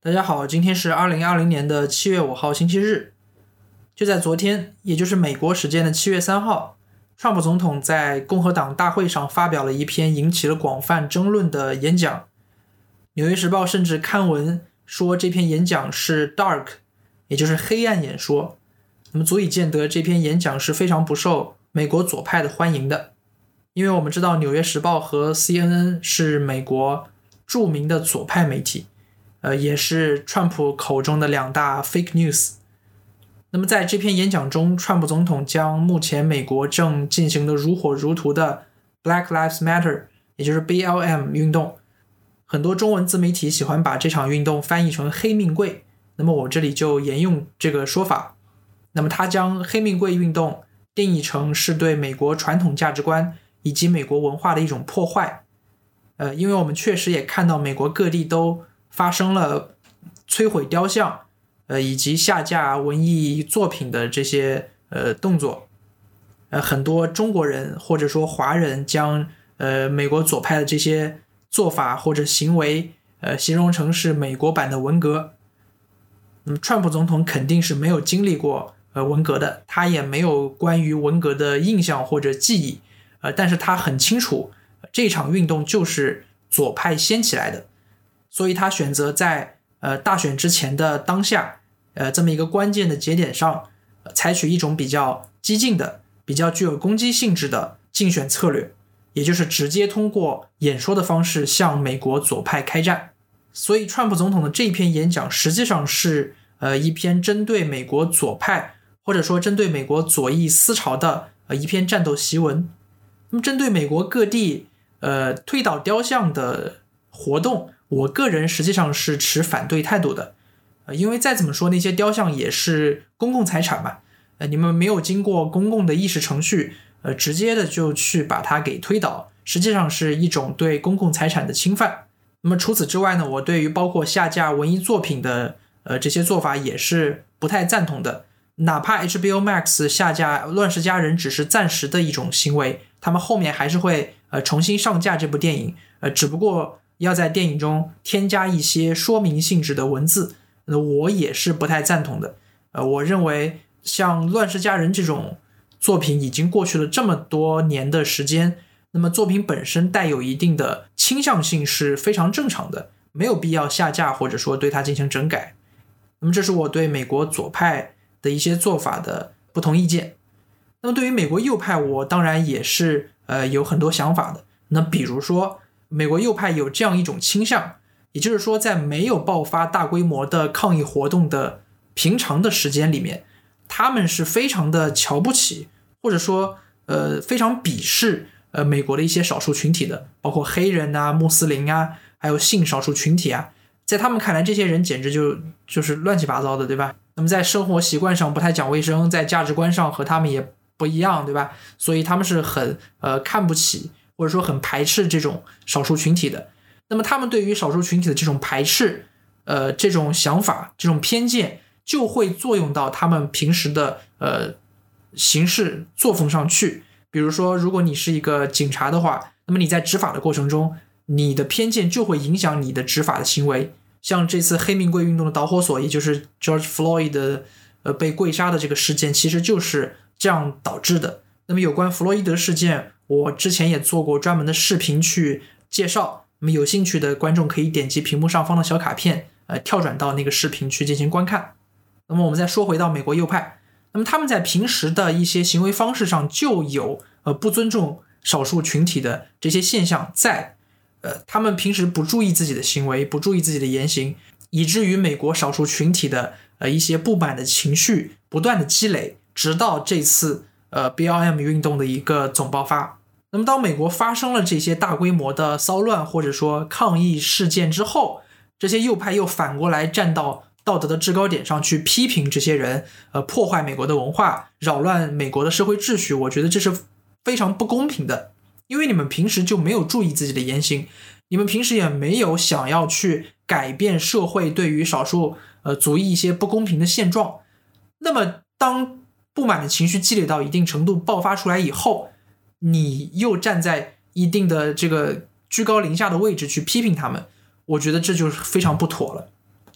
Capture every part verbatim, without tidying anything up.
大家好，今天是二零二零年的七月五号星期日。就在昨天，也就是美国时间的七月三号，川普总统在共和党大会上发表了一篇引起了广泛争论的演讲。纽约时报甚至刊文说这篇演讲是 dark， 也就是黑暗演说。那么足以见得这篇演讲是非常不受美国左派的欢迎的。因为我们知道纽约时报和 C N N 是美国著名的左派媒体，呃，也是川普口中的两大 fake news。那么在这篇演讲中，川普总统将目前美国正进行的如火如荼的 Black Lives Matter， 也就是 B L M 运动，很多中文自媒体喜欢把这场运动翻译成黑命贵，那么我这里就沿用这个说法。那么他将黑命贵运动定义成是对美国传统价值观以及美国文化的一种破坏。呃，因为我们确实也看到美国各地都发生了摧毁雕像，呃，以及下架文艺作品的这些呃动作。呃，很多中国人或者说华人将呃美国左派的这些做法或者行为，呃，形容成是美国版的文革。那么，川普总统肯定是没有经历过呃文革的，他也没有关于文革的印象或者记忆。呃，但是他很清楚，这场运动就是左派掀起来的，所以他选择在呃大选之前的当下，呃这么一个关键的节点上，呃、采取一种比较激进的、比较具有攻击性质的竞选策略，也就是直接通过演说的方式向美国左派开战。所以，川普总统的这篇演讲实际上是呃一篇针对美国左派或者说针对美国左翼思潮的呃一篇战斗檄文。那么针对美国各地呃推倒雕像的活动，我个人实际上是持反对态度的。呃，因为再怎么说那些雕像也是公共财产嘛，呃，你们没有经过公共的议事程序，呃，直接的就去把它给推倒，实际上是一种对公共财产的侵犯。那么除此之外呢，我对于包括下架文艺作品的呃这些做法也是不太赞同的。哪怕 H B O Max 下架《乱世佳人》只是暂时的一种行为，他们后面还是会呃重新上架这部电影，呃，只不过要在电影中添加一些说明性质的文字，呃，我也是不太赞同的。呃，我认为像《乱世佳人》这种作品已经过去了这么多年的时间，那么作品本身带有一定的倾向性是非常正常的，没有必要下架或者说对它进行整改。那么这是我对美国左派的一些做法的不同意见。那么对于美国右派，我当然也是呃有很多想法的。那比如说，美国右派有这样一种倾向，也就是说，在没有爆发大规模的抗议活动的平常的时间里面，他们是非常的瞧不起，或者说呃非常鄙视呃美国的一些少数群体的，包括黑人啊、穆斯林啊，还有性少数群体啊。在他们看来，这些人简直就就是乱七八糟的，对吧？那么在生活习惯上不太讲卫生，在价值观上和他们也不一样，对吧？所以他们是很呃看不起或者说很排斥这种少数群体的。那么他们对于少数群体的这种排斥，呃这种想法、这种偏见，就会作用到他们平时的呃行事作风上去。比如说，如果你是一个警察的话，那么你在执法的过程中，你的偏见就会影响你的执法的行为。像这次黑命贵运动的导火索，也就是 George Floyd 的呃被跪杀的这个事件，其实就是这样导致的。那么有关弗洛伊德事件，我之前也做过专门的视频去介绍，那么有兴趣的观众可以点击屏幕上方的小卡片，呃，跳转到那个视频去进行观看。那么我们再说回到美国右派，那么他们在平时的一些行为方式上就有呃不尊重少数群体的这些现象在。呃，他们平时不注意自己的行为，不注意自己的言行，以至于美国少数群体的呃一些不满的情绪不断的积累，直到这次呃 B L M 运动的一个总爆发。那么当美国发生了这些大规模的骚乱或者说抗议事件之后，这些右派又反过来站到道德的制高点上去批评这些人，呃，破坏美国的文化，扰乱美国的社会秩序。我觉得这是非常不公平的。因为你们平时就没有注意自己的言行，你们平时也没有想要去改变社会对于少数呃族裔一些不公平的现状。那么当不满的情绪积累到一定程度爆发出来以后，你又站在一定的这个居高临下的位置去批评他们，我觉得这就是非常不妥了。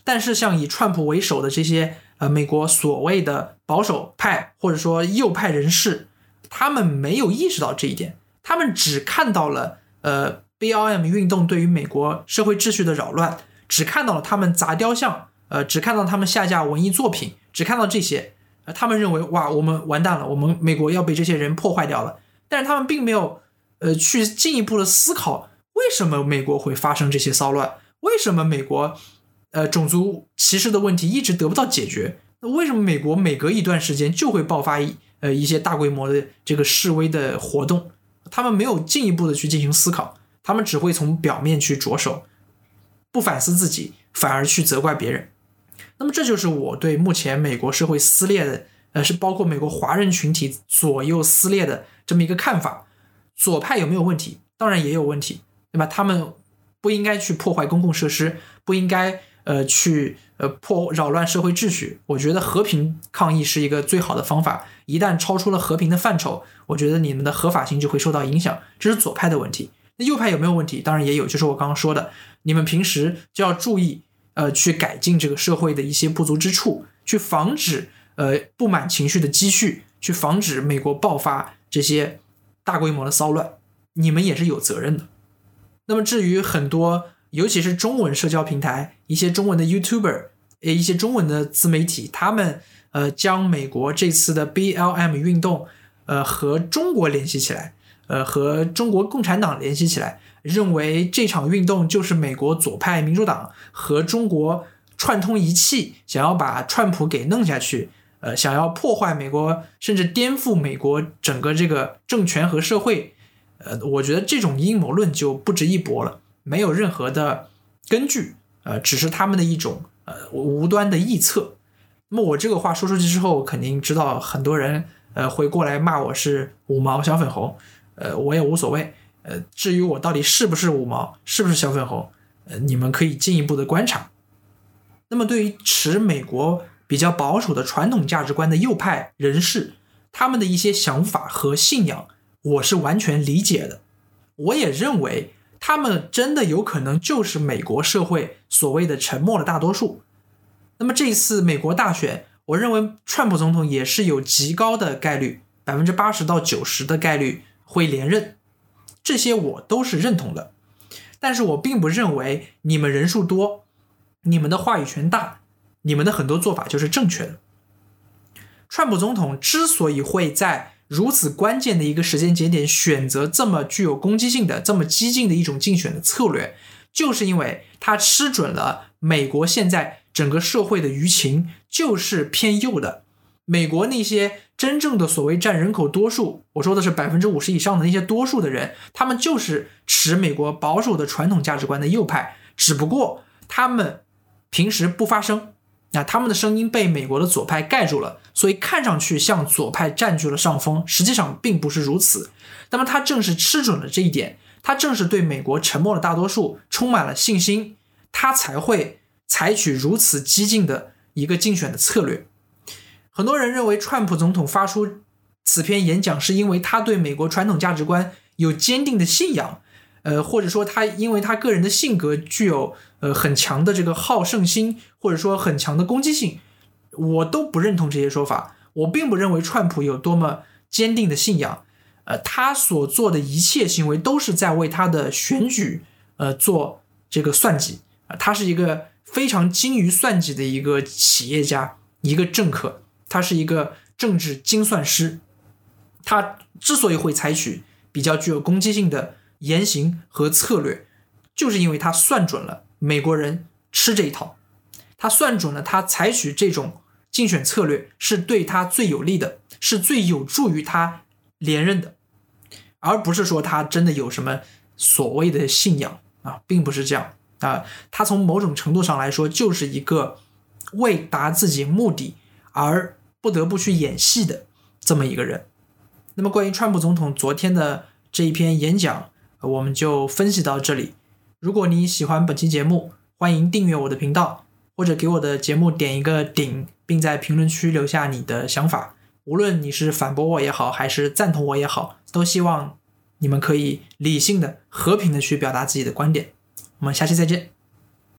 但是像以川普为首的这些呃美国所谓的保守派或者说右派人士，他们没有意识到这一点，他们只看到了呃 B L M 运动对于美国社会秩序的扰乱，只看到了他们砸雕像，呃，只看到他们下架文艺作品，只看到这些，呃，他们认为哇，我们完蛋了，我们美国要被这些人破坏掉了。但是他们并没有呃去进一步的思考，为什么美国会发生这些骚乱？为什么美国呃种族歧视的问题一直得不到解决？那为什么美国每隔一段时间就会爆发一呃一些大规模的这个示威的活动？他们没有进一步的去进行思考，他们只会从表面去着手，不反思自己，反而去责怪别人。那么这就是我对目前美国社会撕裂的呃，是包括美国华人群体左右撕裂的这么一个看法。左派有没有问题？当然也有问题，对吧？他们不应该去破坏公共设施，不应该呃去呃破扰乱社会秩序。我觉得和平抗议是一个最好的方法。一旦超出了和平的范畴，我觉得你们的合法性就会受到影响，这是左派的问题。那右派有没有问题？当然也有，就是我刚刚说的，你们平时就要注意呃去改进这个社会的一些不足之处，去防止呃不满情绪的积蓄，去防止美国爆发这些大规模的骚乱，你们也是有责任的。那么至于很多尤其是中文社交平台，一些中文的 YouTuber， 一些中文的自媒体，他们呃将美国这次的 B L M 运动呃和中国联系起来，呃和中国共产党联系起来，认为这场运动就是美国左派民主党和中国串通一气，想要把川普给弄下去，呃想要破坏美国，甚至颠覆美国整个这个政权和社会。呃我觉得这种阴谋论就不值一驳了，没有任何的根据，呃只是他们的一种呃无端的臆测。那么我这个话说出去之后，肯定知道很多人呃会过来骂我是五毛小粉红，呃我也无所谓。呃至于我到底是不是五毛，是不是小粉红，呃你们可以进一步的观察。那么对于持美国比较保守的传统价值观的右派人士，他们的一些想法和信仰我是完全理解的。我也认为他们真的有可能就是美国社会所谓的沉默的大多数。那么这一次美国大选，我认为川普总统也是有极高的概率 百分之八十到九十 的概率会连任，这些我都是认同的。但是我并不认为你们人数多，你们的话语权大，你们的很多做法就是正确的。川普总统之所以会在如此关键的一个时间节点选择这么具有攻击性的这么激进的一种竞选的策略，就是因为他吃准了美国现在整个社会的舆情就是偏右的。美国那些真正的所谓占人口多数，我说的是 百分之五十 以上的那些多数的人，他们就是持美国保守的传统价值观的右派，只不过他们平时不发声，那他们的声音被美国的左派盖住了，所以看上去像左派占据了上风，实际上并不是如此。那么他正是吃准了这一点，他正是对美国沉默的大多数充满了信心，他才会采取如此激进的一个竞选的策略。很多人认为川普总统发出此篇演讲是因为他对美国传统价值观有坚定的信仰，呃，或者说他因为他个人的性格具有呃很强的这个好胜心，或者说很强的攻击性，我都不认同这些说法。我并不认为川普有多么坚定的信仰，呃，他所做的一切行为都是在为他的选举呃做这个算计，呃，他是一个非常精于算计的一个企业家，一个政客，他是一个政治精算师。他之所以会采取比较具有攻击性的言行和策略，就是因为他算准了美国人吃这一套，他算准了他采取这种竞选策略是对他最有利的，是最有助于他连任的，而不是说他真的有什么所谓的信仰啊，并不是这样啊。他从某种程度上来说，就是一个为达自己目的而不得不去演戏的这么一个人。那么关于川普总统昨天的这一篇演讲，我们就分析到这里。如果你喜欢本期节目，欢迎订阅我的频道，或者给我的节目点一个顶，并在评论区留下你的想法。无论你是反驳我也好，还是赞同我也好，都希望你们可以理性的、和平的去表达自己的观点。我们下期再见。